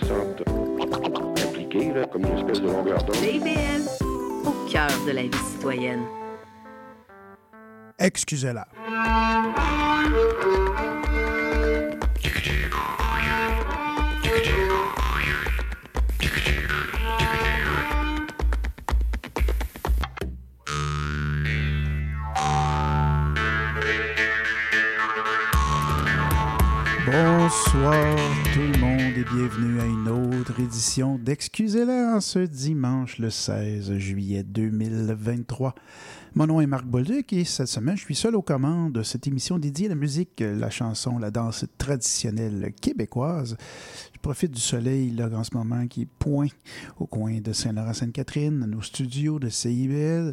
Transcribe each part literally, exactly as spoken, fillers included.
sentent impliqués, là, comme une espèce de longueur d'onde. B B L, au cœur de la vie citoyenne. Excusez-la. Bonsoir tout le monde et bienvenue à une autre édition d'Excusez-la en ce dimanche le seize juillet deux mille vingt-trois. Mon nom est Marc Bolduc et cette semaine je suis seul aux commandes de cette émission dédiée à la musique, la chanson, la danse traditionnelle québécoise. Je profite du soleil là, en ce moment qui pointe au coin de Saint-Laurent-Sainte-Catherine, nos studios de C I B L.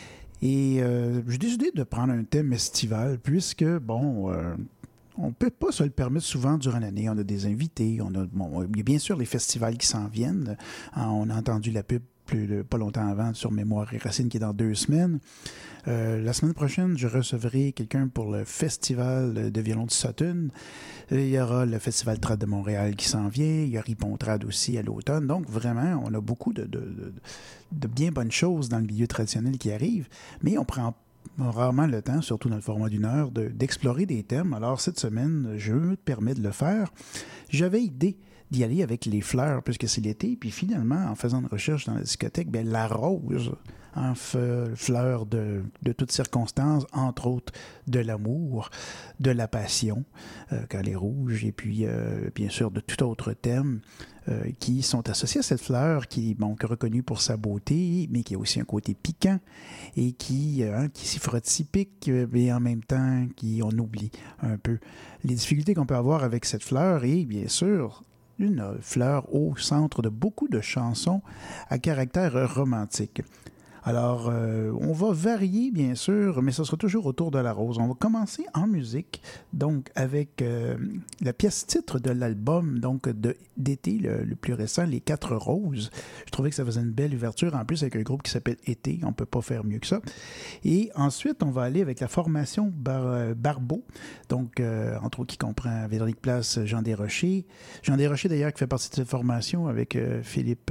Et euh, j'ai décidé de prendre un thème estival puisque, bon... Euh, on ne peut pas se le permettre souvent durant l'année. On a des invités, on a, bon, il y a bien sûr les festivals qui s'en viennent. On a entendu la pub plus, pas longtemps avant sur Mémoire et Racines qui est dans deux semaines. Euh, la semaine prochaine, je recevrai quelqu'un pour le festival de violon de Sutton. Il y aura le festival Trad de Montréal qui s'en vient. Il y a Ripon Trad aussi à l'automne. Donc vraiment, on a beaucoup de, de, de, de bien bonnes choses dans le milieu traditionnel qui arrivent, mais on prend rarement le temps, surtout dans le format d'une heure, de, d'explorer des thèmes. Alors, cette semaine, je me permets de le faire. J'avais idée d'y aller avec les fleurs, puisque c'est l'été. Puis finalement, en faisant une recherche dans la discothèque, bien, la rose, en f- fleur de, de toutes circonstances, entre autres de l'amour, de la passion, euh, quand elle est rouge, et puis, euh, bien sûr, de tout autre thème euh, qui sont associés à cette fleur qui, bon, qui est reconnue pour sa beauté, mais qui a aussi un côté piquant et qui, hein, qui s'y frotte si pique, mais en même temps, qui on oublie un peu les difficultés qu'on peut avoir avec cette fleur et, bien sûr, une fleur au centre de beaucoup de chansons à caractère romantique. Alors, euh, on va varier, bien sûr, mais ce sera toujours autour de la rose. On va commencer en musique, donc, avec euh, la pièce titre de l'album donc de, d'été, le, le plus récent, Les Quatre Roses. Je trouvais que ça faisait une belle ouverture, en plus avec un groupe qui s'appelle Été. On ne peut pas faire mieux que ça. Et ensuite, on va aller avec la formation Bar- Barbeau, donc, euh, entre autres, qui comprend Véronique Place, Jean Desrochers. Jean Desrochers, d'ailleurs, qui fait partie de cette formation avec euh, Philippe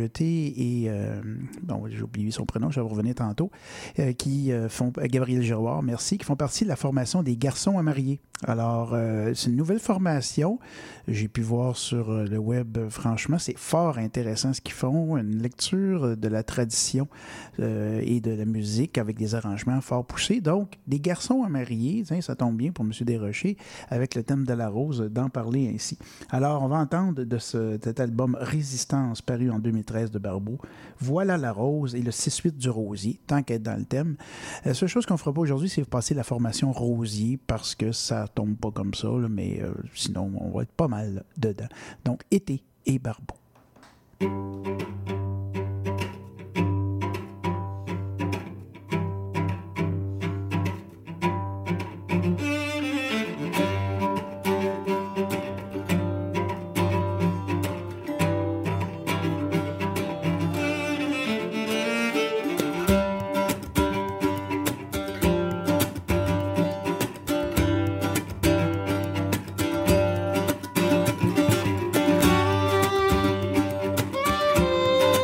Jeté et, euh, bon, j'ai oublié son prénom, je vais revenir tantôt, euh, qui euh, font, Gabriel Giroir, merci, qui font partie de la formation des garçons à marier. Alors, euh, c'est une nouvelle formation. J'ai pu voir sur euh, le web, euh, franchement, c'est fort intéressant ce qu'ils font. Une lecture de la tradition euh, et de la musique avec des arrangements fort poussés. Donc, des garçons à marier, tiens, ça tombe bien pour M. Desrochers, avec le thème de la rose, d'en parler ainsi. Alors, on va entendre de ce, cet album Résistance, paru en deux mille treize de Barbeau, Voilà la rose et le six huit du rosier, tant qu'être dans le thème. La seule chose qu'on ne fera pas aujourd'hui, c'est passer la formation rosier, parce que ça tombe pas comme ça, là, mais euh, sinon, on va être pas mal dedans. Donc, Été et Barbeau. Thank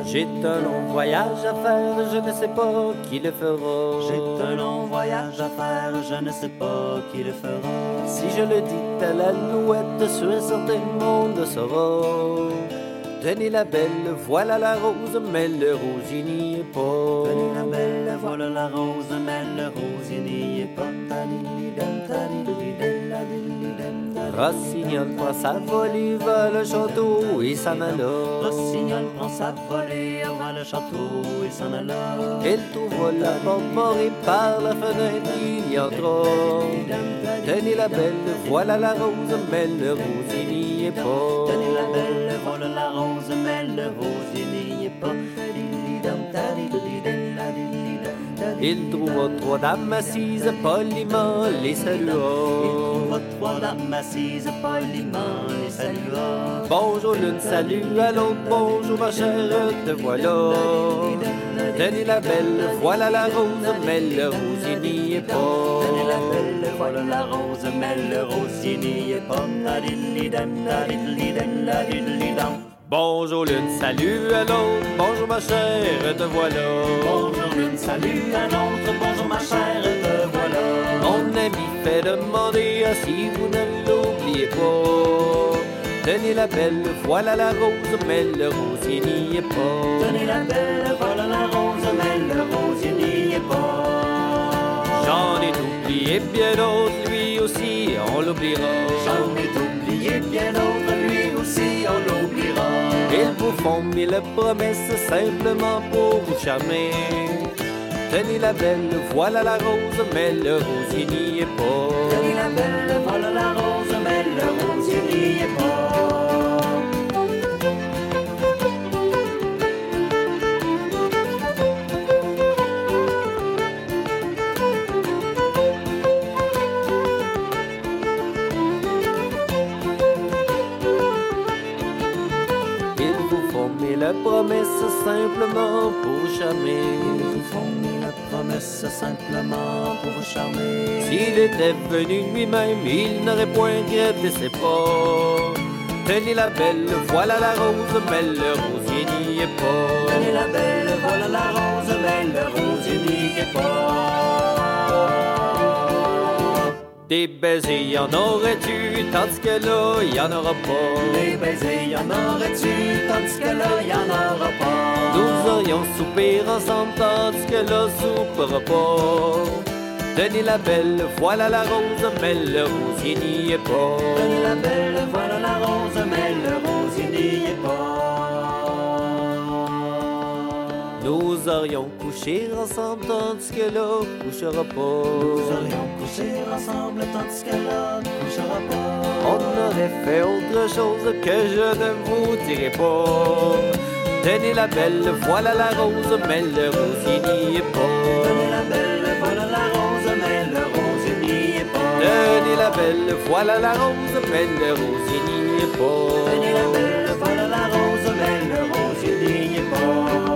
J'ai un long voyage à faire, je ne sais pas qui le fera. J'ai un long voyage à faire, je ne sais pas qui le fera. Si je le dis à l'alouette, sur un certain monde saura. Tenez la belle, voilà la rose, mais le rosier n'y est pas. Tenez la belle, voilà la rose, mais le rosier n'y est pas. Rossignol prend sa volée, va le château et s'en alla. Rossignol prend sa volée, va le château et s'en alla. Elle trouva la porte barrée, par la fenêtre il y entra. Tenez la belle, voilà la rose, mais le rosier n'y est pas. Tenez la belle, voilà la rose, mais le rosier n'y est pas. Il trouva trois dames assises, poliment les salua. Il trouva trois dames assises, poliment les salua. Bonjour l'une, salut à l'autre, bonjour ma chère, te voilà. Tenez la belle, voilà la rose, mais le rosier n'y est pas. Tenez la belle, voilà la rose, mais le rosier n'y est pas. Bonjour l'une, salut à l'autre, bonjour ma chère, te voilà. Bonjour l'une, salut à l'autre, bonjour ma chère, te voilà. Mon ami fait demander ah, si vous ne l'oubliez pas. Tenez la belle, voilà la rose, mais le rosier n'y est pas. Tenez la belle, voilà la rose, mais le rosier n'y est pas. J'en ai oublié bien d'autres, lui aussi on l'oubliera. J'en ai oublié bien d'autres, lui aussi on l'oubliera. Ils vous font mille promesses simplement pour vous charmer. Tenez la belle, voilà la rose, mais le rosier n'y est pas. Tenez la belle, voilà la rose, mais le rosier n'y est pas. La promesse simplement pour vous charmer. Ils vous font mille promesses simplement pour vous charmer. S'il était venu lui-même, il n'aurait point regretté ses pas. Tenez la belle, voilà la rose, mais le rosier n'y est pas. Tenez la belle, voilà la rose, mais le rosier n'y est pas. Des baisers, y en aurais-tu, tandis que là, y en aura pas. Des baisers, y en aurais-tu, tandis que là, y en aura pas. Nous aurions soupir ensemble, tandis que là, soupera pas. Tenez la belle, voilà la rose, mais le rosier n'y est pas. Tenez la belle, voilà la rose, mais le rosier n'y est pas. Nous aurions couché ensemble, tandis que là, couchera pas. Nous aurions couché ensemble, tandis que là, couchera pas. On aurait fait autre chose que je ne vous dirai pas. Tenez la belle, voilà la rose, mais le rosier n'y est pas. Tenez la belle, voilà la rose, mais le rosier n'y est pas. Tenez la belle, voilà la rose, mais le rosier n'y est pas. Tenez la belle, voilà la rose, mais le rosier n'y est pas.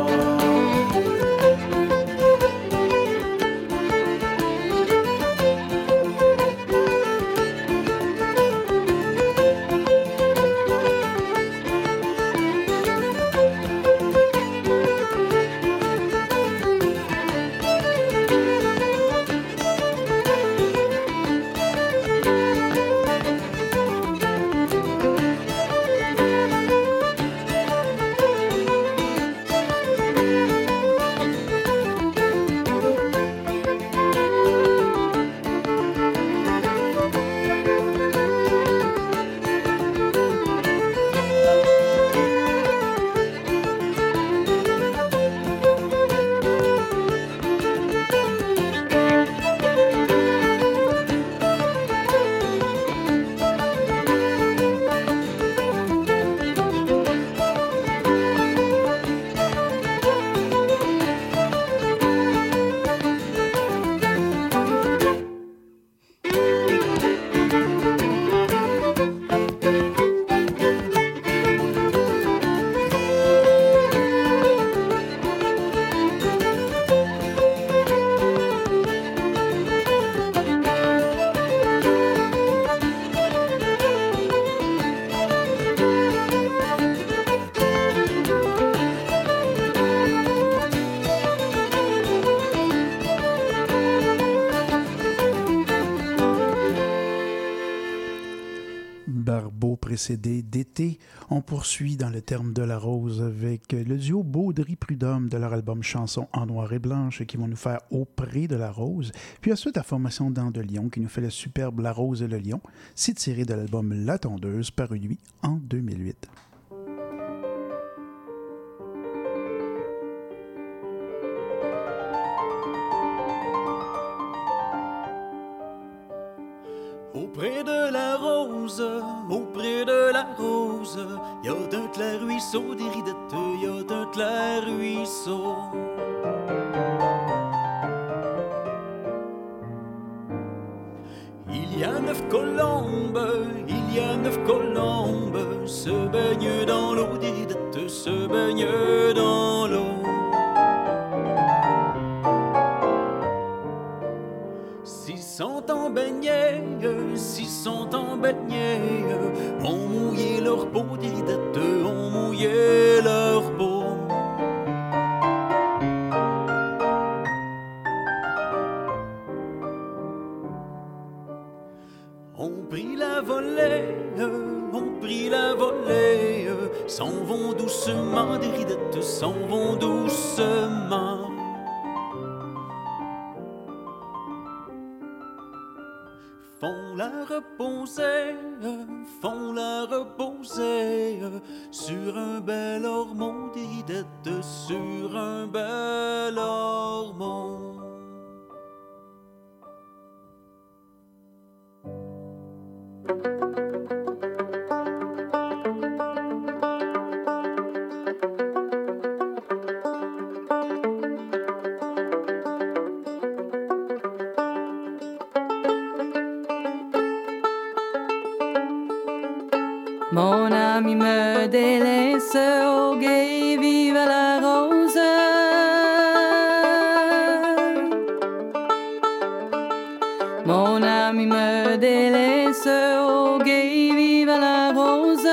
C D d'été. On poursuit dans le terme de la rose avec le duo Baudry-Prudhomme de leur album Chansons en noir et blanche qui vont nous faire Au pré de la rose. Puis ensuite la formation Dents de Lion qui nous fait le superbe La rose et le lion. C'est tiré de l'album La tondeuse paru lui en deux mille huit. Auprès de la rose, auprès de la rose, y a d'un clair ruisseau des ridettes, y a d'un clair ruisseau. Il y a neuf colombes, il y a neuf colombes, se baignent dans l'eau des ridettes, se baignent dans l'eau. Sont en baignée, s'ils sont en baignée, ont mouillé leur peau des ridettes, ont mouillé leur peau. On prit la volée, on prit la volée, s'en vont doucement des ridettes, s'en vont doucement. Font la reposer, font la reposer sur un bel ormeau des ridettes, sur un bel ormeau. Mon ami me délaisse, au gué, vive la rose. Mon ami me délaisse, au gué, vive la rose.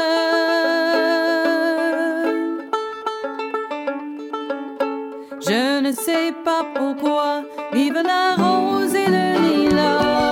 Je ne sais pas pourquoi, vive la rose et le lilas.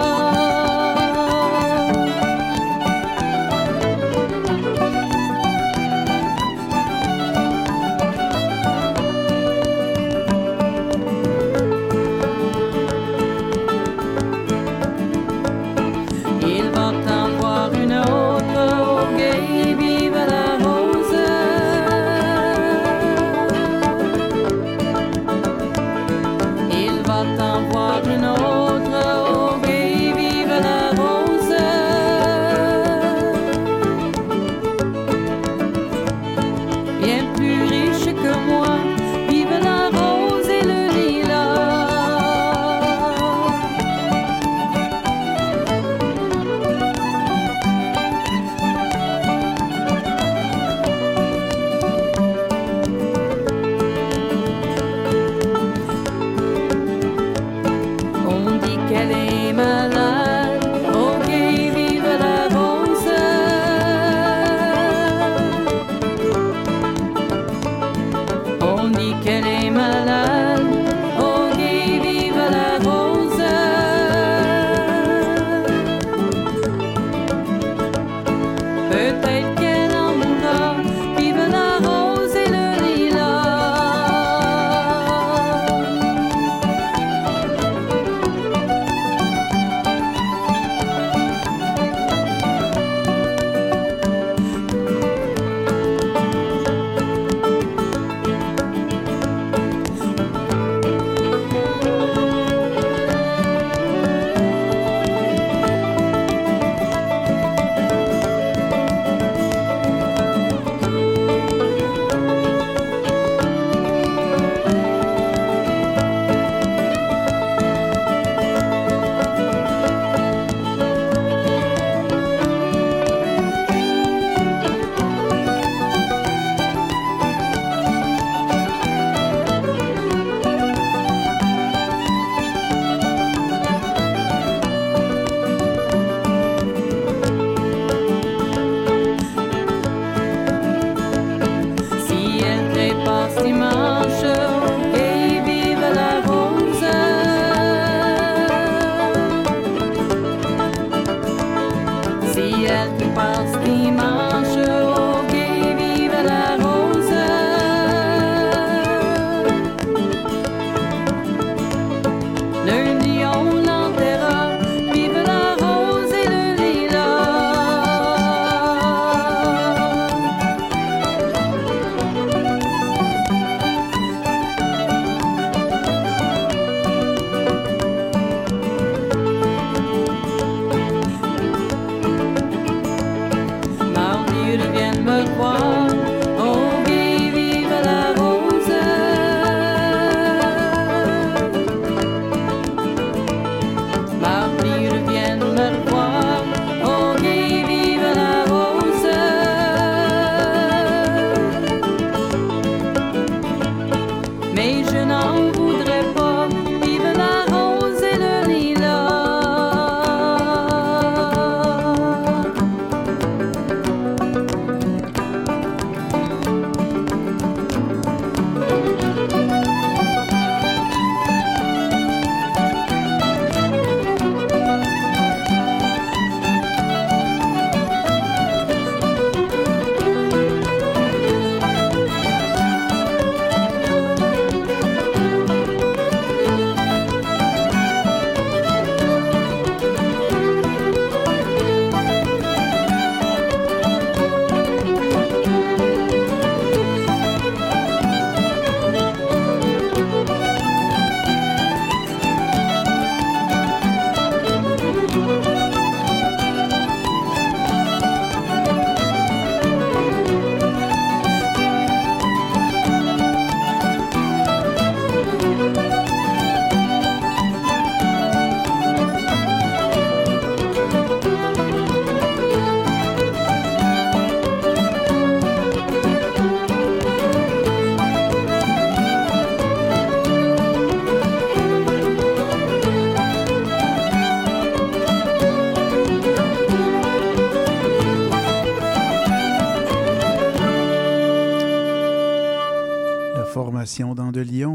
Qu'elle est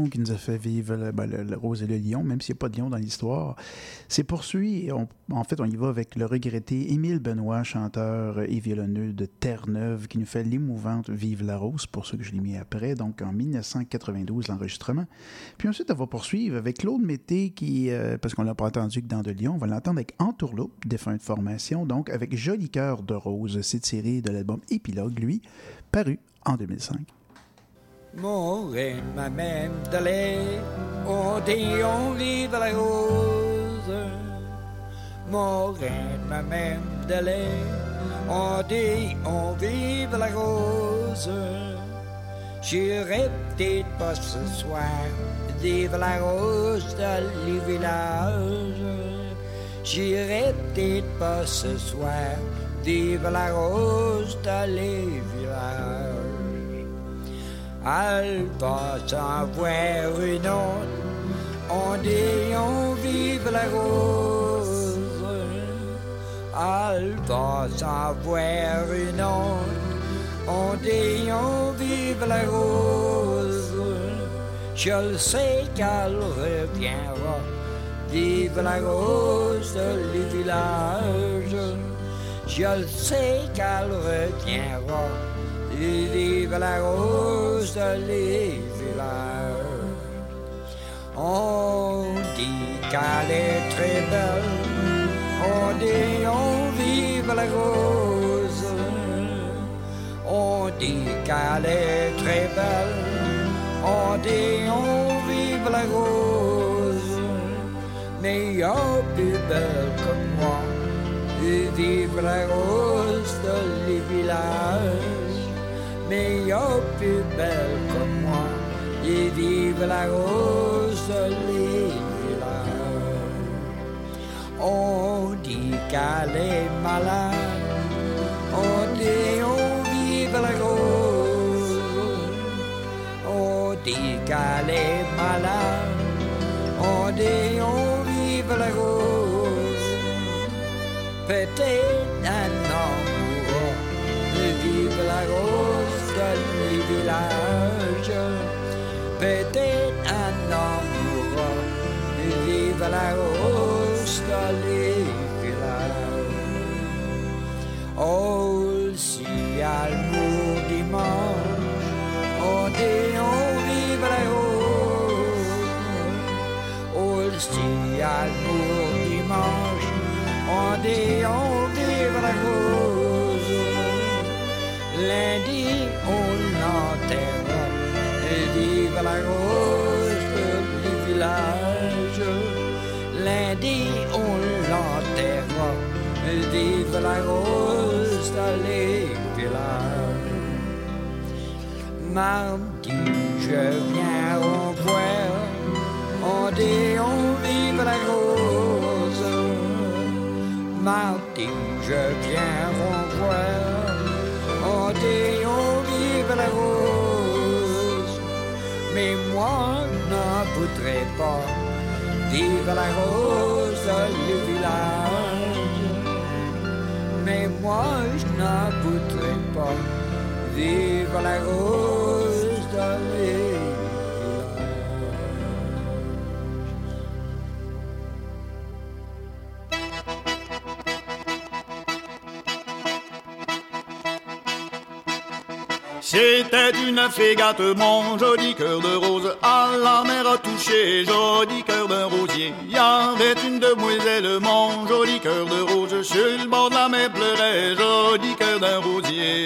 Lion qui nous a fait vivre le, ben, le, le Rose et le Lion, même s'il n'y a pas de lion dans l'histoire. C'est poursuivi. On, en fait, on y va avec le regretté Émile Benoît, chanteur et violonneux de Terre-Neuve, qui nous fait l'émouvante Vive la Rose, pour ceux que je l'ai mis après, donc en dix-neuf cent quatre-vingt-douze, l'enregistrement. Puis ensuite, on va poursuivre avec Claude Mété, qui, euh, parce qu'on ne l'a pas entendu que dans De Lion, on va l'entendre avec Entourloupe, défunte formation, donc avec Joli cœur de rose. C'est tiré de l'album Épilogue, lui, paru en deux mille cinq. Mon reine, ma même de lait, on dit on vive la rose. Mon reine, ma même de lait, on dit on vive la rose. J'irai peut-être pas ce soir, vive la rose dans les villages. J'irai peut-être pas ce soir, vive la rose dans les villages. Elle va s'en voir une autre, on dit on vive la rose. Elle va s'en voir une autre, on dit on vive la rose. Je le sais qu'elle reviendra, vive la rose de les villages. Je le sais qu'elle reviendra, vive la rose de les villages. On dit qu'elle est très belle, on dit on vive la rose. On dit qu'elle est très belle, on dit on vive la rose. Mais y'a plus belle que moi, vive la rose de les villages. Mais y'a plus belle que moi, et vive la rose les villages. On dit qu'elle est malade, on dit on vive la rose. On dit qu'elle est malade, on dit on vive la rose. Peut-être un amoureux, vive la rose dans les villages. Peut-être un amoureux, vive la rose dans les villages. Oh, si elle mourt dimanche, on dit on vive la rose. Oh, si elle mourt dimanche, on dit on vive la rose. Lundi, on l'enterre, vive la rose du village. Lundi, on l'enterre, vive la rose dans les villages. Mardi, je viens au bois, on dit on vive la rose. Mardi, je viens au bois, on dit on vive la rose. Mais moi, je n'en voudrais pas, vive la rose dans le village. Mais moi, je n'en voudrais pas, vive la rose dans les villages. C'était une fégate, mon joli cœur de rose, à la mer a touché, joli cœur d'un rosier. Il y avait une demoiselle, mon joli cœur de rose, sur le bord de la mer pleurait, joli cœur d'un rosier.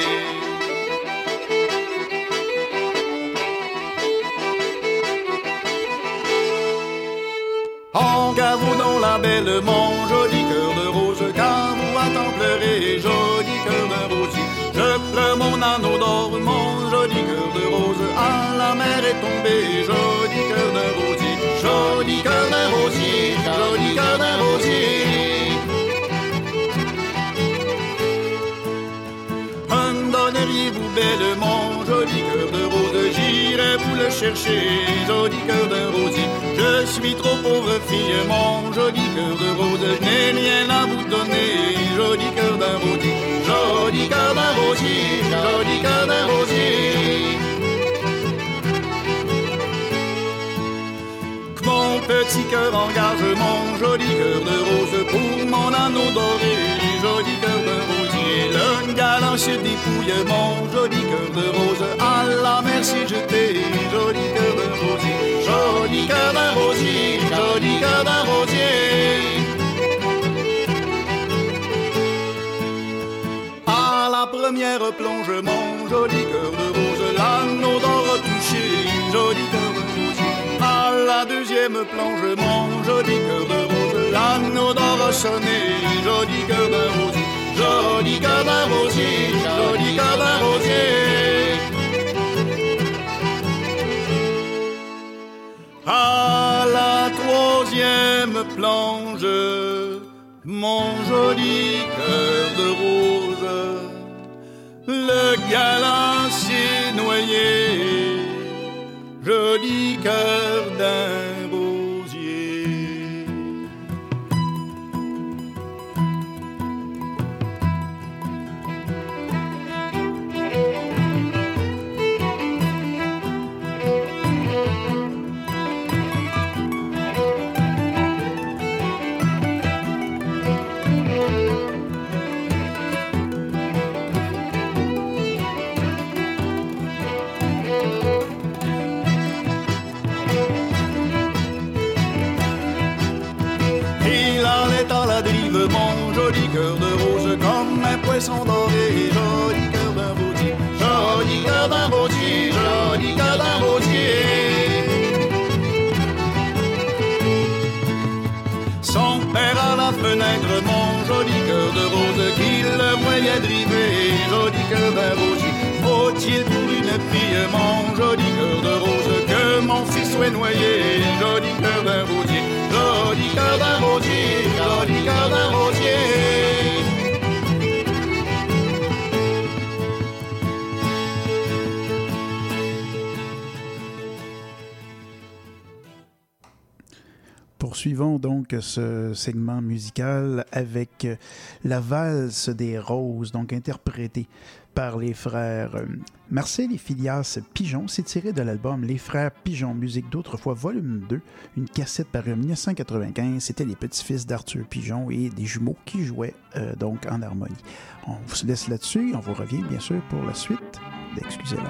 En vous dans la belle, mon joli cœur de rose, car vous attend pleurer, joli cœur d'un rosier. Je pleure mon anneau d'or, mon joli cœur de rose, à la mer est tombé, joli cœur d'un rosier, joli cœur d'un rosier, joli cœur d'un rosier. Donneriez-vous belle, mon joli cœur de rose, j'irai vous le chercher, joli cœur d'un rosier. Je suis trop pauvre fille, mon joli cœur de rose, je n'ai rien à vous donner, joli cœur d'un rosier, joli cœur d'un rosier, joli cœur d'un rosier. petit cœur engage mon joli cœur de rose pour mon anneau doré, joli cœur de rosier. Le galant se dépouille mon joli cœur de rose, à la merci jeté, joli cœur de rosier, joli cœur d'un rosier, joli cœur d'un rosier. À la première plonge mon joli cœur de rose, l'anneau d'or touché, joli cœur de rosier. À la deuxième plonge mon joli cœur de rose, l'anneau d'or sonné, joli cœur d'un rosier, joli cœur d'un rosier, joli cœur d'un rosier. À la troisième plonge mon joli cœur de rose, le galant s'est noyé, joli cœur d'un rosier. Mon joli cœur de rose comme un poisson doré, joli cœur d'un rosier, joli cœur d'un rosier, joli cœur d'un rosier. Son père à la fenêtre, mon joli cœur de rose, qu'il le voyait driver, joli cœur d'un rosier. Faut-il pour une fille, mon joli cœur de rose, que mon fils soit noyé, joli cœur d'un rosier, joli cœur d'un rosier, joli cœur d'un rosier. Poursuivons donc ce segment musical avec la valse des roses, donc interprétée par les frères Marcel et Phileas Pigeon. C'est tiré de l'album Les Frères Pigeon, musique d'autrefois, volume deux, une cassette parue en dix-neuf cent quatre-vingt-quinze. C'était les petits-fils d'Arthur Pigeon et des jumeaux qui jouaient euh, donc en harmonie. On vous laisse là-dessus, on vous revient bien sûr pour la suite d'Excusez-la.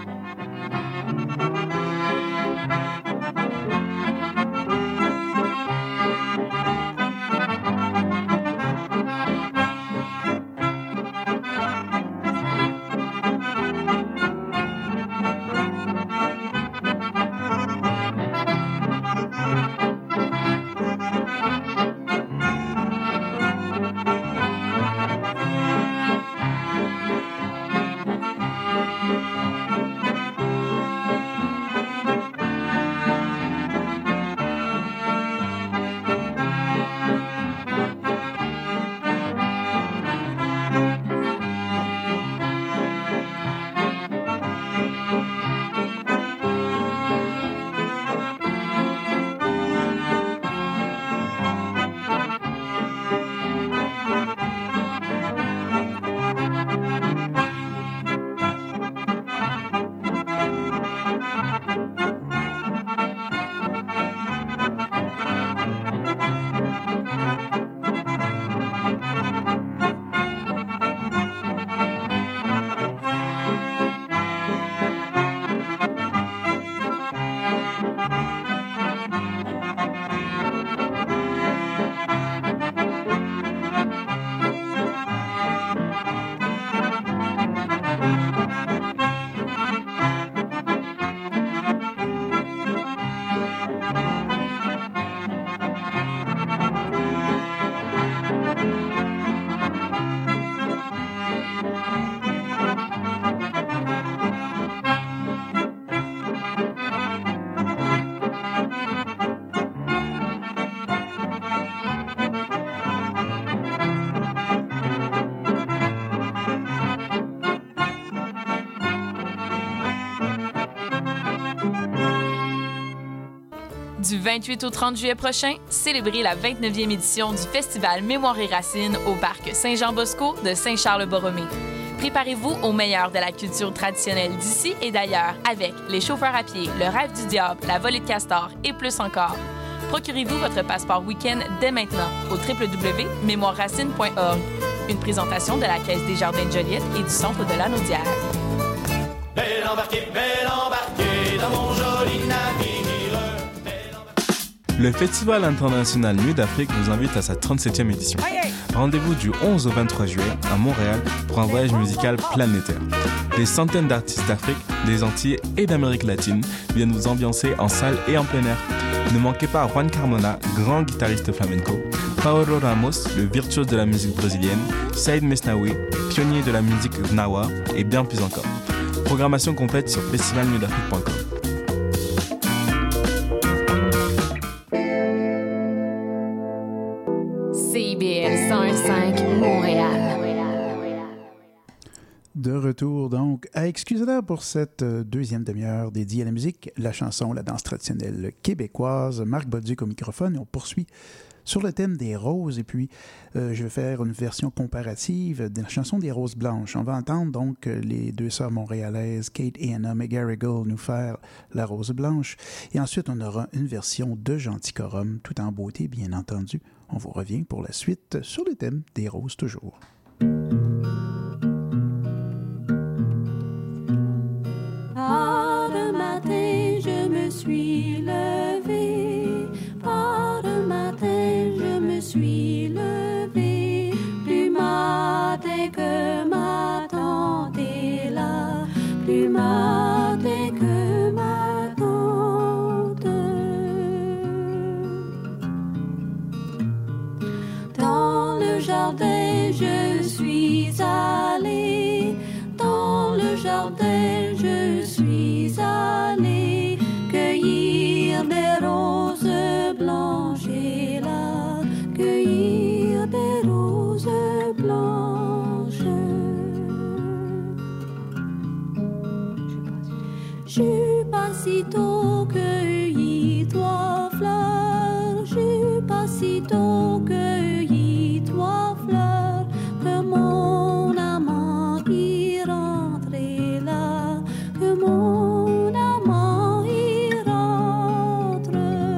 Du vingt-huit au trente juillet prochain, célébrez la vingt-neuvième édition du Festival Mémoire et Racines au parc Saint-Jean-Bosco de Saint-Charles-Borromée. Préparez-vous au meilleur de la culture traditionnelle d'ici et d'ailleurs avec les chauffeurs à pied, le rêve du diable, la volée de castor et plus encore. Procurez-vous votre passeport week-end dès maintenant au w w w point mémoire racine point org. Une présentation de la Caisse des Jardins de Joliette et du Centre de l'Anaudière. Belle embarquée, belle embarquée dans mon joli navire. Le Festival international Nuit d'Afrique vous invite à sa trente-septième édition. Rendez-vous du onze au vingt-trois juillet à Montréal pour un voyage musical planétaire. Des centaines d'artistes d'Afrique, des Antilles et d'Amérique latine viennent vous ambiancer en salle et en plein air. Ne manquez pas Juan Carmona, grand guitariste flamenco, Paolo Ramos, le virtuose de la musique brésilienne, Saïd Mesnaoui, pionnier de la musique gnawa et bien plus encore. Programmation complète sur festival nuit d'afrique point com. C I B L cent un virgule cinq Montréal. De retour donc à Excusez-la pour cette deuxième demi-heure dédiée à la musique, la chanson, la danse traditionnelle québécoise. Marc Bolduc au microphone et on poursuit sur le thème des roses. Et puis, euh, je vais faire une version comparative de la chanson des roses blanches. On va entendre donc les deux sœurs montréalaises, Kate et Anna McGarrigle, nous faire la rose blanche. Et ensuite, on aura une version de Gentilcorum, tout en beauté, bien entendu. On vous revient pour la suite sur le thème des roses toujours. Par le matin, je me suis levée. Par le matin, je me suis levée. Plus matin que ma tante est là. Plus matin que ma tante. Dans le jardin, je suis allée. Dans le jardin, je suis allée cueillir des roses blanches et là, cueillir des roses blanches. J'eus pas si tôt cueilli trois fleurs, j'eus pas si tôt cueilli trois fleurs que mon amant y rentrait là, que mon amant y rentre.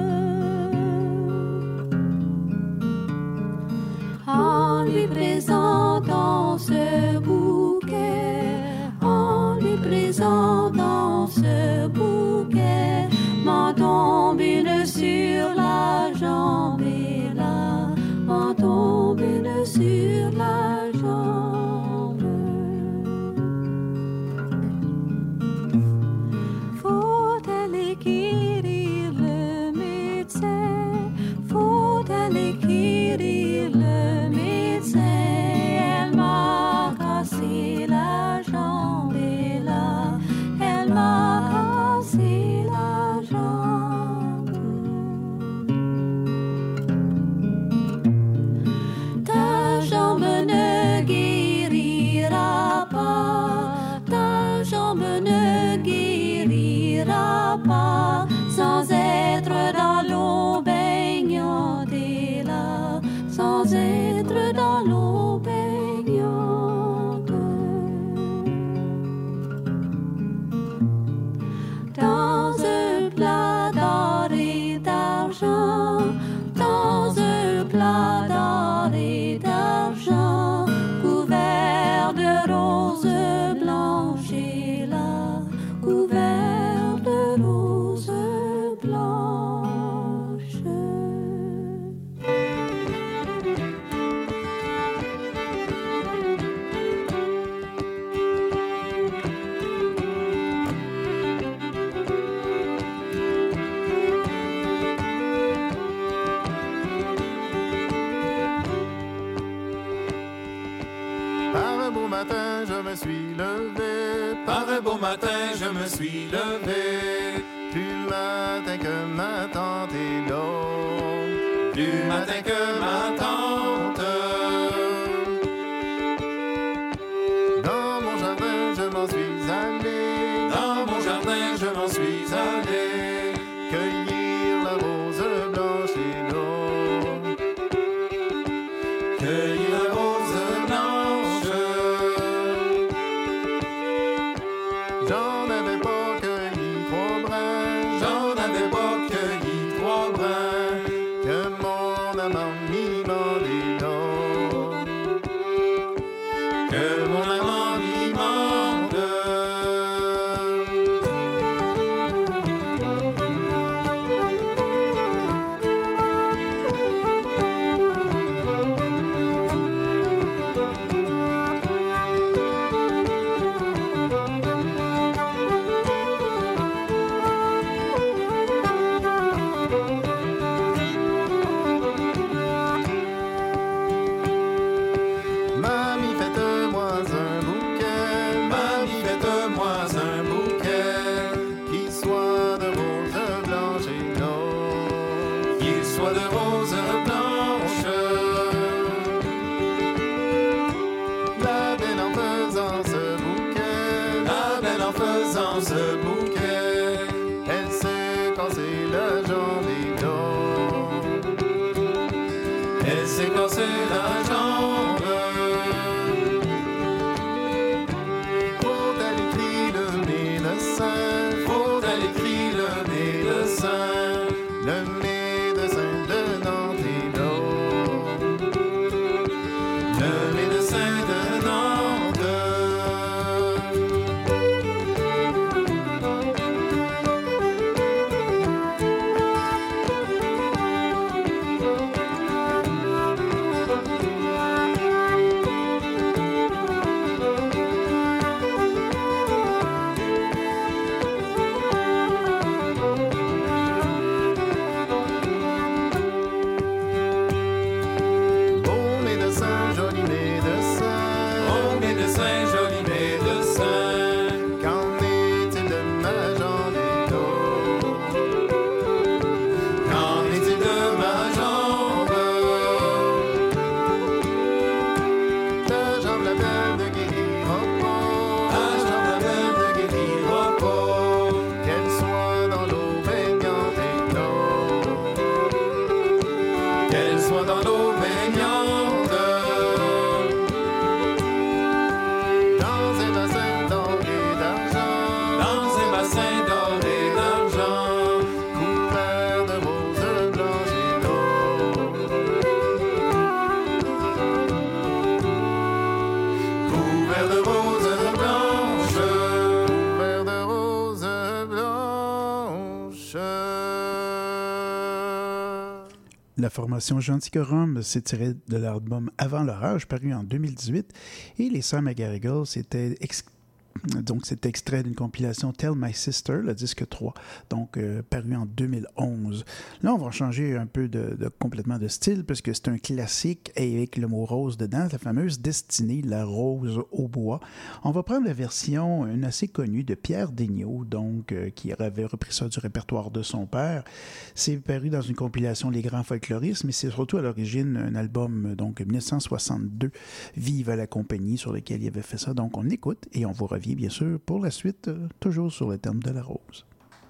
En lui présentant ce bouquet, en lui présentant ce bouquet, m'en tombe une sur la jambe et là, m'en tombe une sur la jambe. Faut-elle guérir le médecin? Faut-elle guérir le médecin? Elle m'a cassé la jambe et là, elle m'a cassé la jambe. Ta jambe ne guérira pas, ta jambe ne guérira pas sans être dans l'eau baignante et là, sans être dans l'eau baignante. Dans un plat d'or et d'argent, dans un plat d'or et d'argent, couvert de roses blanches et là, couvert de roses blanches. Par un beau matin, je me suis levé. Par un beau matin, je me suis levé. Plus matin que ma tante est là. Plus matin que ma tante. Dans mon jardin, je m'en suis allé. Dans mon jardin, je m'en suis allé. Cueillir la rose blanche et là. Cueillir la rose blanche. J'en avais pas cueilli trois brins. J'en avais pas cueilli trois brins. soit de roses blanches. La belle en faisant ce bouquet, la belle en faisant ce bouquet, elle s'est cassé la jambe et l'autre. Elle s'est cassé la jambe. Faut aller écrire le médecin, faut aller écrire le médecin, le médecin de Nantes et l'autre, le médecin de Nantes. Bon médecin, joli médecin, bon médecin, joli médecin, qu'en est-il de ma jambe et l'autre? Qu'en est-il de ma jambe? Ta jambe la belle ne guérira pas, ta jambe la belle ne guérira pas, qu'elle soit dans l'eau baignante et l'eau, qu'elle soit dans l'eau baignante, dans un bassin doré d'argent, dans un bassin doré d'argent, couvert de roses blanches et d'or, couvert de roses blanches, couvert de roses blanches. La formation Gentilcorum s'est tirée de l'album Avant l'orage, paru en deux mille dix-huit, et les Sœurs McGarrigle, c'était ex- donc c'est extrait d'une compilation Tell My Sister, le disque trois, donc euh, paru en deux mille onze. Là, on va changer un peu de, de complètement de style, parce que c'est un classique et avec le mot rose dedans, la fameuse Destinée, la rose au bois. On va prendre la version, une assez connue, de Pierre Degnaud, donc euh, qui avait repris ça du répertoire de son père. C'est paru dans une compilation Les Grands Folkloristes, mais c'est surtout à l'origine un album, donc dix-neuf cent soixante-deux, Vive à la compagnie, sur lequel il avait fait ça. Donc on écoute et on vous revient bien sûr pour la suite, euh, toujours sur le thème de la rose.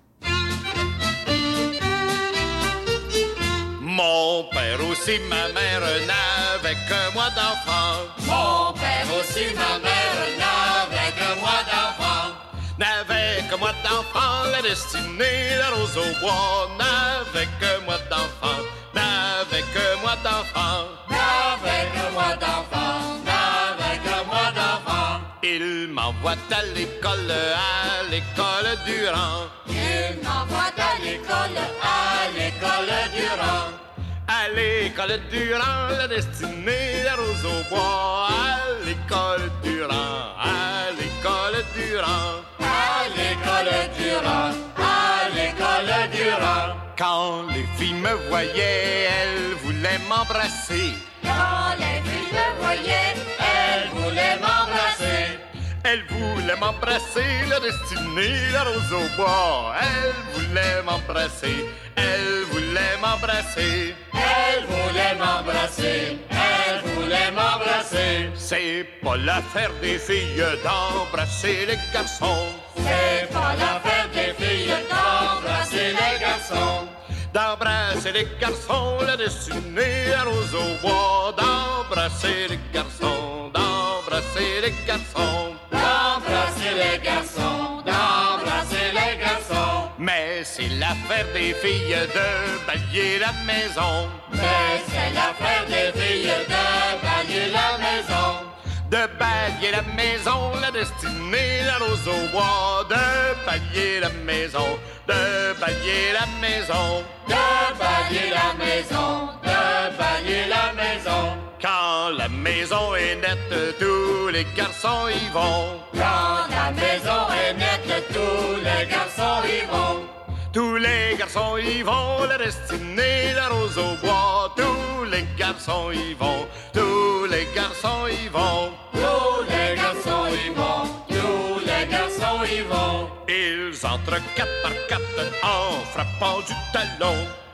Mon père aussi, ma mère n'avaient que moi d'enfant. Mon père aussi, ma mère n'avait que moi d'enfant. N'avait que moi d'enfant, la destinée, la rose au bois. N'avait que moi d'enfant, n'avait que moi d'enfant. N'avait que moi d'enfant, n'avait que moi d'enfant. Il m'envoie à l'école, à l'école Durand. Il m'envoie à l'école, à l'école Durand. À l'école Durand, la destinée, la rose au bois. À l'école Durand, à l'école Durand. À l'école Durand, à l'école Durand. Quand les filles me voyaient, elles voulaient m'embrasser. Quand les filles me voyaient, elles voulaient m'embrasser. Elle voulait m'embrasser, la destinée, la rose au bois. Elle voulait m'embrasser, elle voulait m'embrasser. Elle voulait m'embrasser, elle voulait m'embrasser. C'est pas l'affaire des filles d'embrasser les garçons. C'est pas l'affaire des filles d'embrasser les garçons. D'embrasser les garçons, la destinée, la rose au bois. D'embrasser les garçons, d'embrasser les garçons. D'embrasser les garçons, d'embrasser les garçons. Mais c'est l'affaire des filles de balayer la maison. Mais c'est l'affaire des filles de balayer la maison. De balayer la maison, la destinée, la rose au bois. De balayer la maison, de balayer la maison. De balayer la maison, de balayer la maison. Quand la maison est nette, tous les garçons y vont. Quand la maison est nette, tous les garçons y vont. Tous les garçons y vont, la destinée, la rose au bois. Tous les garçons y vont, tous les garçons y vont. Tous les garçons y vont, tous les garçons y vont. Ils entrent quatre par quatre en frappant du talon.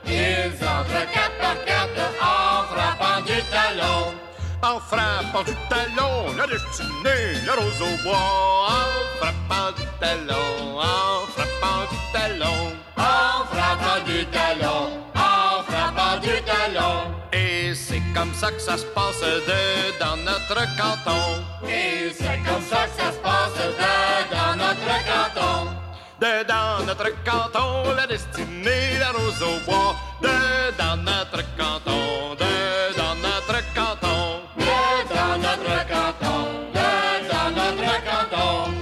Ils entrent quatre par quatre en frappant du talon. En frappant du talon, la destinée, la rose au bois. En frappant du talon, en frappant du talon. En frappant du talon, en frappant du talon. Et c'est comme ça que ça se passe de dans notre canton. Et c'est comme ça que ça se passe de dans notre canton. De dans notre canton, la destinée, la rose au bois. De dans notre canton, de dans notre canton. De dans notre canton, de dans notre canton.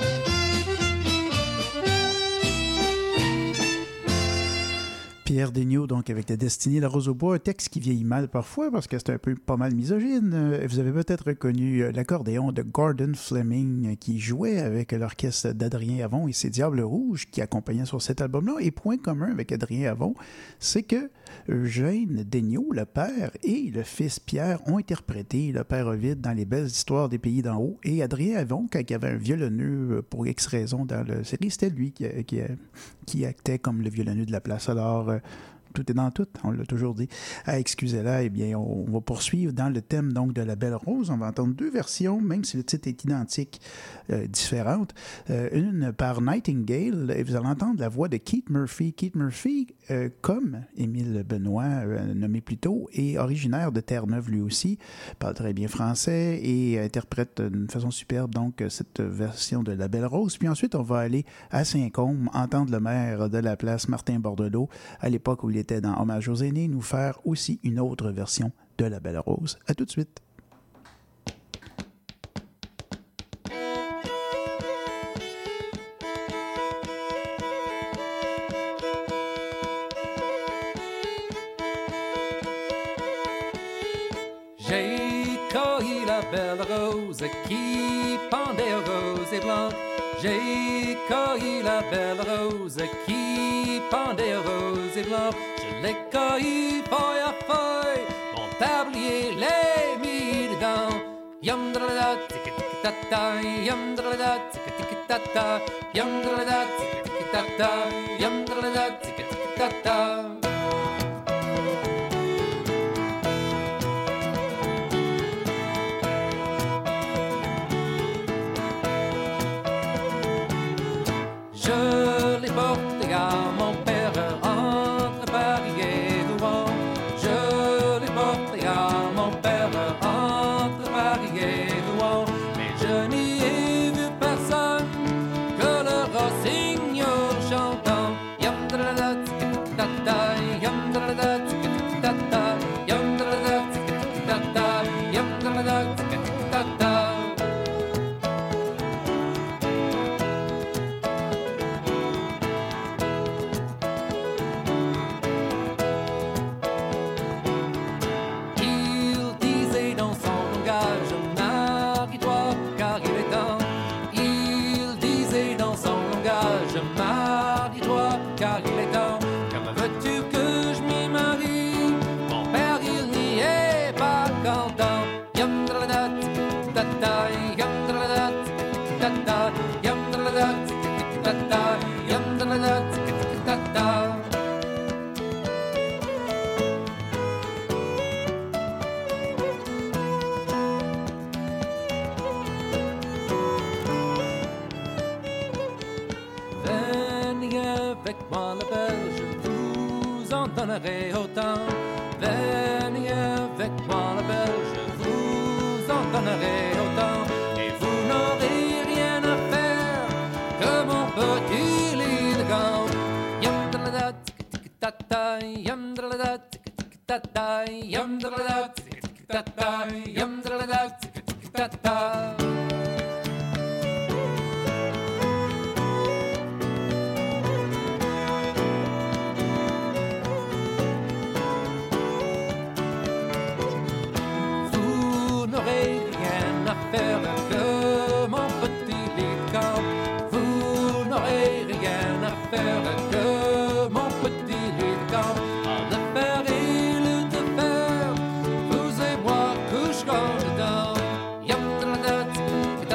Pierre Degnaud, donc, avec La Destinée, la rose au bois, un texte qui vieillit mal parfois parce que c'est un peu pas mal misogyne. Vous avez peut-être reconnu l'accordéon de Gordon Fleming qui jouait avec l'orchestre d'Adrien Avon et ses Diables Rouges qui accompagnaient sur cet album-là. Et point commun avec Adrien Avon, c'est que Eugène Degnaud, le père, et le fils Pierre ont interprété le père Ovide dans Les Belles Histoires des Pays d'en haut. Et Adrien Avon, quand il y avait un violonneux pour X raison dans la série, c'était lui qui, qui, qui actait comme le violonneux de la place. Alors, tout est dans tout, on l'a toujours dit. Ah, excusez-la, eh bien, on, on va poursuivre dans le thème donc de La Belle Rose. On va entendre deux versions, même si le titre est identique, euh, différentes. Euh, une par Nightingale, et vous allez entendre la voix de Keith Murphy. Keith Murphy, euh, comme Émile Benoît, euh, nommé plus tôt, est originaire de Terre-Neuve lui aussi, parle très bien français et interprète d'une façon superbe donc cette version de La Belle Rose. Puis ensuite, on va aller à Saint-Côme, entendre le maire de la place, Martin Bordelot, à l'époque où il était dans Hommage aux aînés, nous faire aussi une autre version de La Belle Rose. À tout de suite. J'ai cueilli la belle rose qui pendait rose et blanc. J'ai cueilli la belle rose qui pendait rose et blanc. Je l'ai cueilli feuille à feuille, mon tablier l'ai mis dedans. Yum da da da, tic tic ta ta, yum da da da, tic tic ta ta, yum da da da, tic tic ta ta, yum da da da, tic tic ta ta. Je l'ai porté à mon père entre Paris et Rouen. Je l'ai porté à mon père entre Paris et Rouen. Mais je n'y ai vu personne que le rossignol chantant. Yam da da da, tic ta ta, yam da da da, tic ta ta, yam da da da, tic ta ta, yam da da da, tic ta ta. Autant. Venez avec moi la belle, je vous en donnerai autant. Et vous n'aurez rien à faire que mon petit lit de gants. Yam da da tic tic ta ta, yam da da tic tic ta ta, yam da da tic tic ta ta, yam da da tic tic ta ta. Faire que mon petit lit de camp. Vous n'aurez rien à faire que mon petit lit de camp. À le faire et le te faire, vous et moi coucherons dedans. Yam da da da,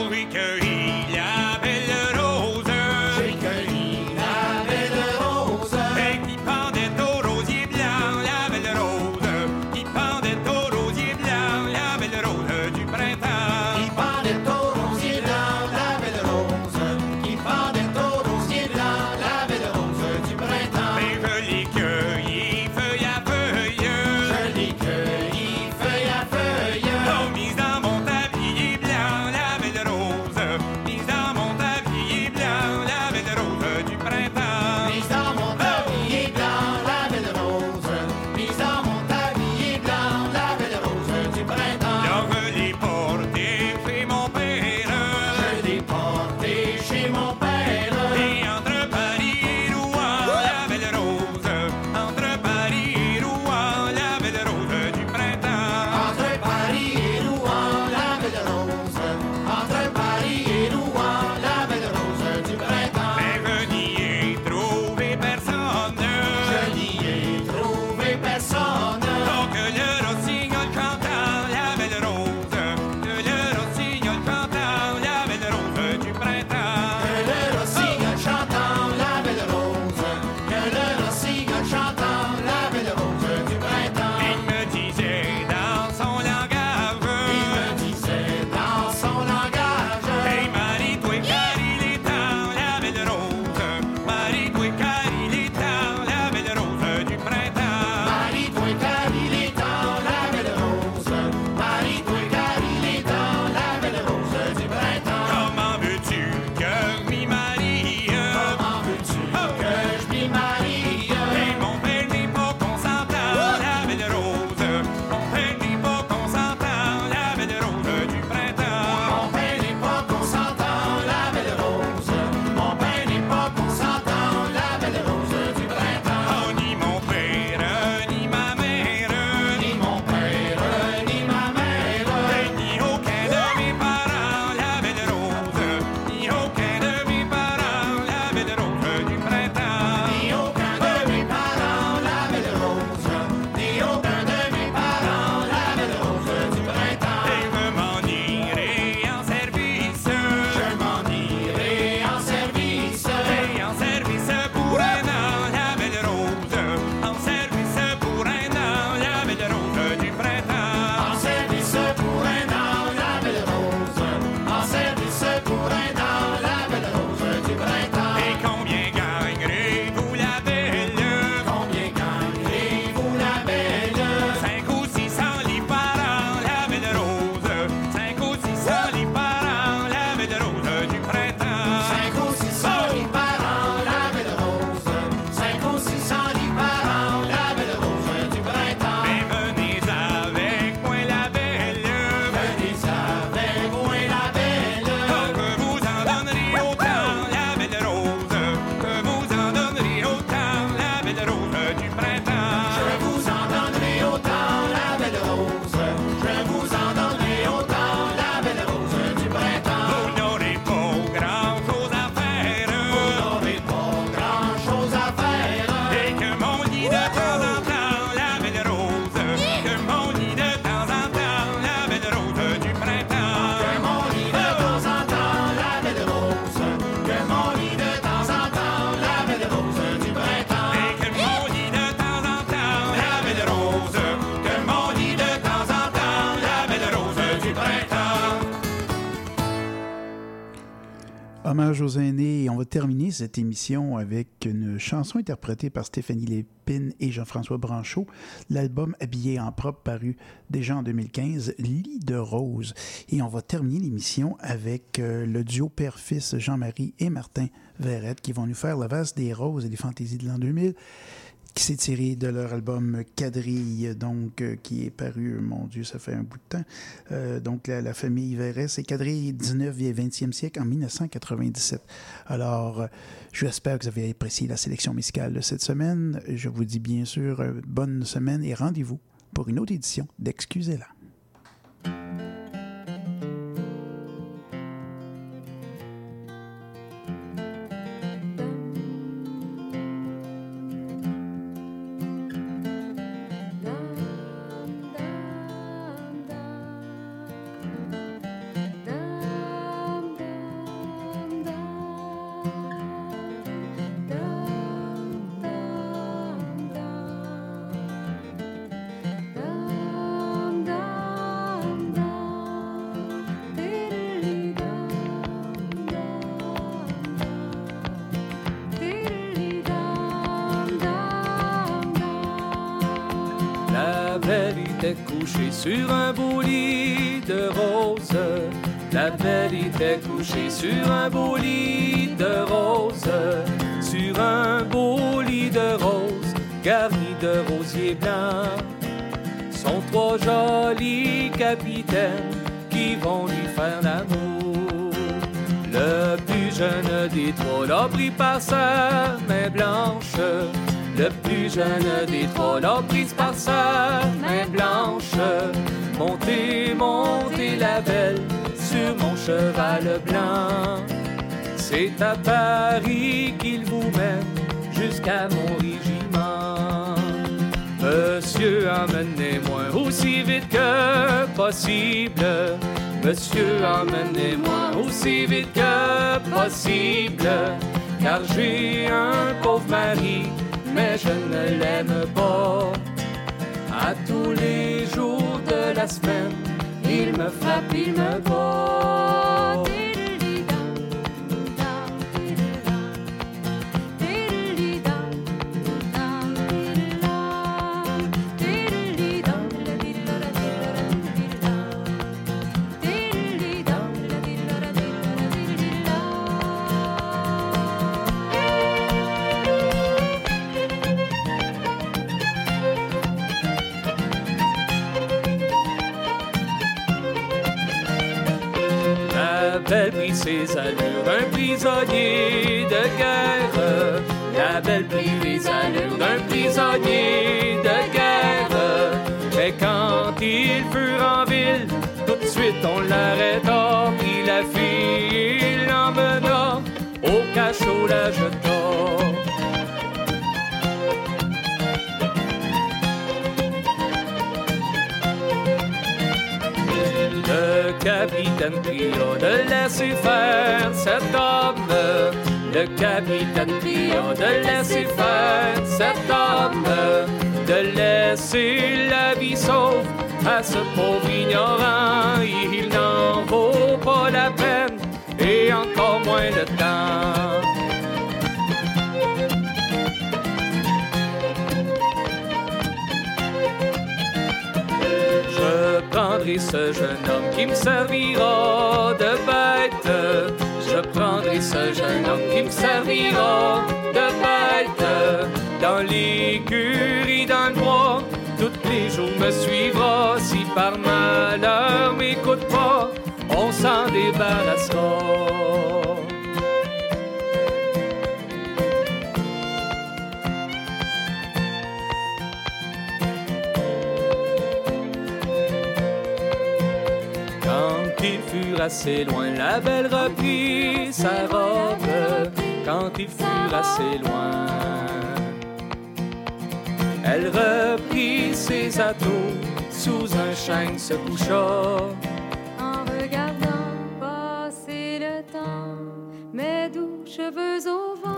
j'ai cueilli la belle rose. J'ai cueilli la belle rose. Et qui pendait au rosier blanc, la belle rose. Qui pendait au rosier blanc, la belle rose du printemps. Qui pendait au rosier blanc, la belle rose. Qui pendait au rosier blanc, la belle rose du printemps. Mais je l'ai cueilli feuille à feuille. Je l'ai cueilli feuille à feuille. Oh, mise dans mon tablier blanc, la belle rose. Mise dans mon tablier blanc, la belle rose du printemps. Mise dans mon tablier blanc, la belle rose. Mise dans mon tablier blanc, la belle rose du printemps. Là, je l'ai porté chez mon père. Je l'ai porté chez mon père. Et entre Paris et Rouen, la belle rose. Entre Paris et Rouen, la belle rose du printemps. Entre Paris et Rouen, la belle rose. Entre Paris et Rouen, la belle rose du printemps. Mais je n'y ai trouvé personne. Je n'y ai trouvé personne. Donc le rossignol chantant, la belle rose. Que le rossignol chantant, la belle rose du printemps. Que le rossignol chantant, la belle rose. Que le rossignol chantant, la belle rose du printemps. Il me disait dans son langage. Il me disait dans son langage. Hey Marie, toi car il est temps, la belle rose. Marie, toi car il est temps, la belle rose du printemps. Marie, toi car il est temps, la belle rose. Marie, toi car il est temps, la belle rose du printemps. Comment veux-tu que je m'y marie? Comment veux-tu que je m'y marie? Et mon père n'est pas consentant, la belle rose. Mon père n'est pas consentant, la belle rose du printemps. Mon père n'est pas consentant, la belle rose. Mon père n'est pas consentant, la belle rose du printemps. Oh, ni mon père, ni ma mère, ni mon père, ni ma mère, et ni aucun de mes parents, la belle rose. Ni aucun de mes parents, la belle rose du printemps. Ni aucun de mes parents, la belle rose. Ni aucun de mes parents, la belle rose du printemps. Et je m'en irai en service. Je m'en irai en service. Et en service pour un an, la belle rose. En service pour un an, la belle rose du printemps. En service pour un an, la belle rose. En service pour un an, la belle rose du printemps. Et combien gagnerez-vous la belle? Combien gagnerez-vous la belle? Cinq ou six cents livres par an, la belle rose. Cinq ou six cents livres par an, la belle rose du printemps. Cinq ou six cents livres par an, la belle rose. Cinq ou six cents livres par an, la belle rose du printemps. Mais venez avec moi la belle. Venez avec moi la belle. Oh, que vous en donnerez autant, la belle rose. Que vous en donnerez autant, la belle rose du printemps. Je vous en donnerai autant, la belle rose. Je vous en donnerai autant, la belle rose du printemps. Vous n'aurez pas grand-chose à faire. Vous n'aurez pas grand-chose à faire. Et que mon lit de temps en temps, la belle rose. Que mon lit de temps en temps, la belle rose du printemps. Que mon lit de temps en temps, la belle rose. Que mon lit de temps en temps, la belle rose du printemps. Et que mon lit de temps en temps, la belle rose. Que mon lit de temps en temps, la belle rose du printemps. Hommage aux aînés. Et on va terminer cette émission avec une chanson interprétée par Stéphanie Lépine et Jean-François Branchot. L'album Habillé en propre paru déjà en deux mille quinze, Lit de rose. Et on va terminer l'émission avec euh, le duo père-fils Jean-Marie et Martin Verrette qui vont nous faire La Valse des roses et les fantaisies de l'an deux mille, qui s'est tiré de leur album Quadrille, donc, euh, qui est paru, mon Dieu, ça fait un bout de temps. Euh, donc, la, la famille Verret, c'est Quadrille dix-neuvième et vingtième siècle en dix-neuf cent quatre-vingt-dix-sept. Alors, euh, j'espère que vous avez apprécié la sélection musicale de cette semaine. Je vous dis bien sûr euh, bonne semaine et rendez-vous pour une autre édition d'Excusez-la. couchée sur un beau lit de roses. La belle était couchée sur un beau lit de roses. Sur un beau lit de roses, garni de rosiers blancs. Sont trois jolis capitaines qui vont lui faire l'amour. Le plus jeune des trois l'a pris par sa main blanche. Le plus jeune des trois l'a prise par sa main blanche. Montez, montez la belle sur mon cheval blanc. C'est à Paris qu'il vous mène jusqu'à mon régiment. Monsieur, emmenez-moi aussi vite que possible. Monsieur, emmenez-moi aussi vite que possible. Car j'ai un pauvre mari, mais je ne l'aime pas. À tous les jours de la semaine, il me frappe, il me bat. La belle prit ses allures, un prisonnier de guerre. La belle prit les allures d'un prisonnier de guerre. Mais quand ils furent en ville, tout de suite on l'arrêta. Puis la fille l'emmena, au cachot la jeta. Le capitaine pria de laisser faire cet homme. Le capitaine pria de laisser faire cet homme. De laisser la vie sauve à ce pauvre ignorant. Il n'en vaut pas la peine et encore moins le temps. Je prendrai ce jeune homme qui me servira de bête. Je prendrai ce jeune homme qui me servira de bête. Dans l'écurie, dans le bois, tous les jours me suivra. Si par malheur m'écoute pas, on s'en débarrassera. Ils furent assez loin, la belle reprit sa robe. Quand ils furent assez loin, elle reprit ses atouts, sous un chêne se coucha. En regardant passer le temps, mes doux cheveux au vent.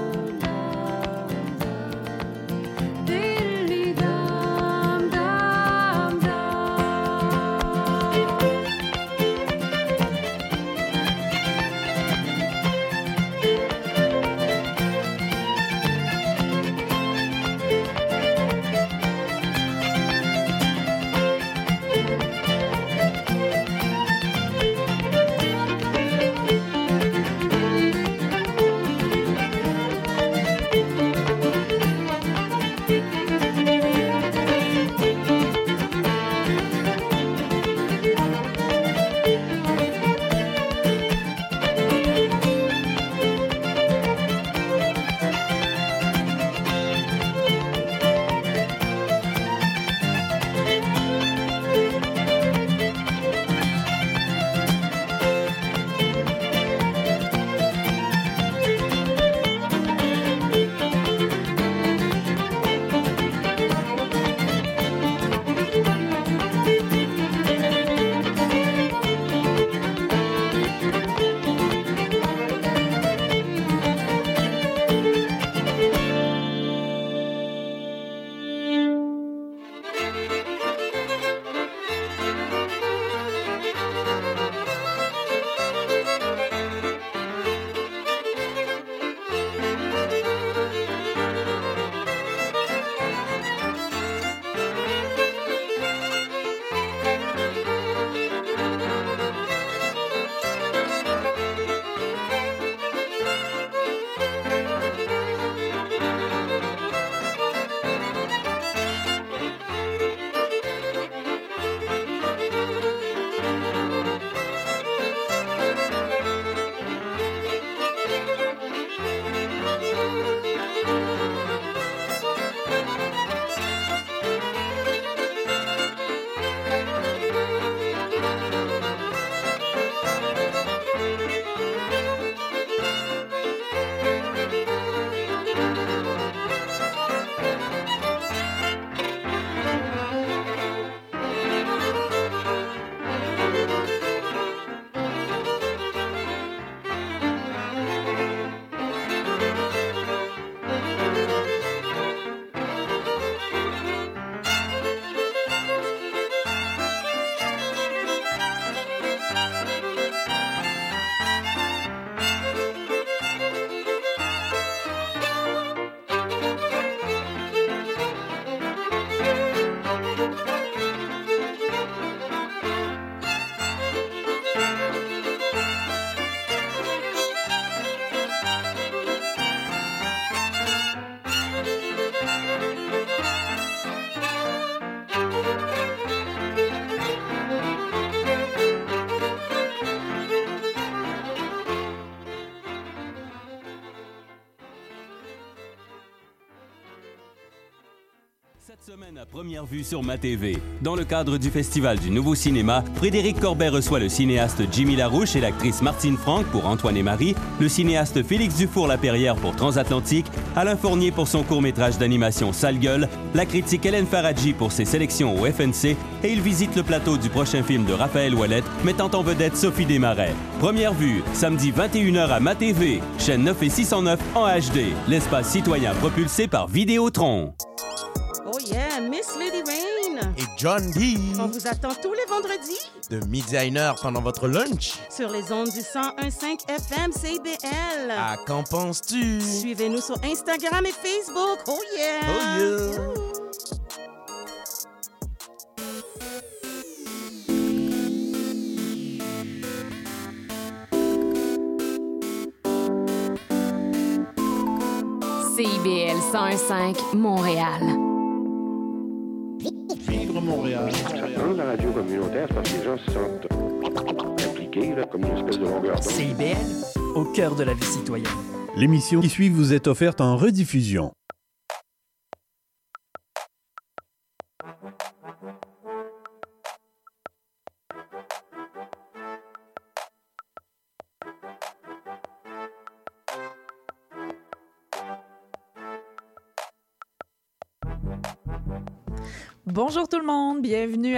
Dum Cette semaine à première vue sur Ma T V. Dans le cadre du Festival du Nouveau Cinéma, Frédéric Corbet reçoit le cinéaste Jimmy Larouche et l'actrice Martine Franck pour Antoine et Marie, le cinéaste Félix Dufour-Lapierrière pour Transatlantique, Alain Fournier pour son court-métrage d'animation Sale Gueule, la critique Hélène Faradji pour ses sélections au F N C et il visite le plateau du prochain film de Raphaël Ouellette mettant en vedette Sophie Desmarais. Première vue, samedi vingt et une heures à Ma T V, chaîne neuf et six cent neuf en H D, l'espace citoyen propulsé par Vidéotron. Oh yeah, Miss Lady Rain! Et John D! On vous attend tous les vendredis! De midi à une heure pendant votre lunch! Sur les ondes du cent un virgule cinq F M C B L! Ah, qu'en penses-tu? Suivez-nous sur Instagram et Facebook! Oh yeah! Oh yeah! C I B L cent un virgule cinq Montréal. Vivre Montréal. Dans la radio communautaire, c'est parce que les gens se sentent impliqués, là, comme une espèce de longueur d'onde. C I B L, au cœur de la vie citoyenne. L'émission qui suit vous est offerte en rediffusion. Bonjour tout le monde, bienvenue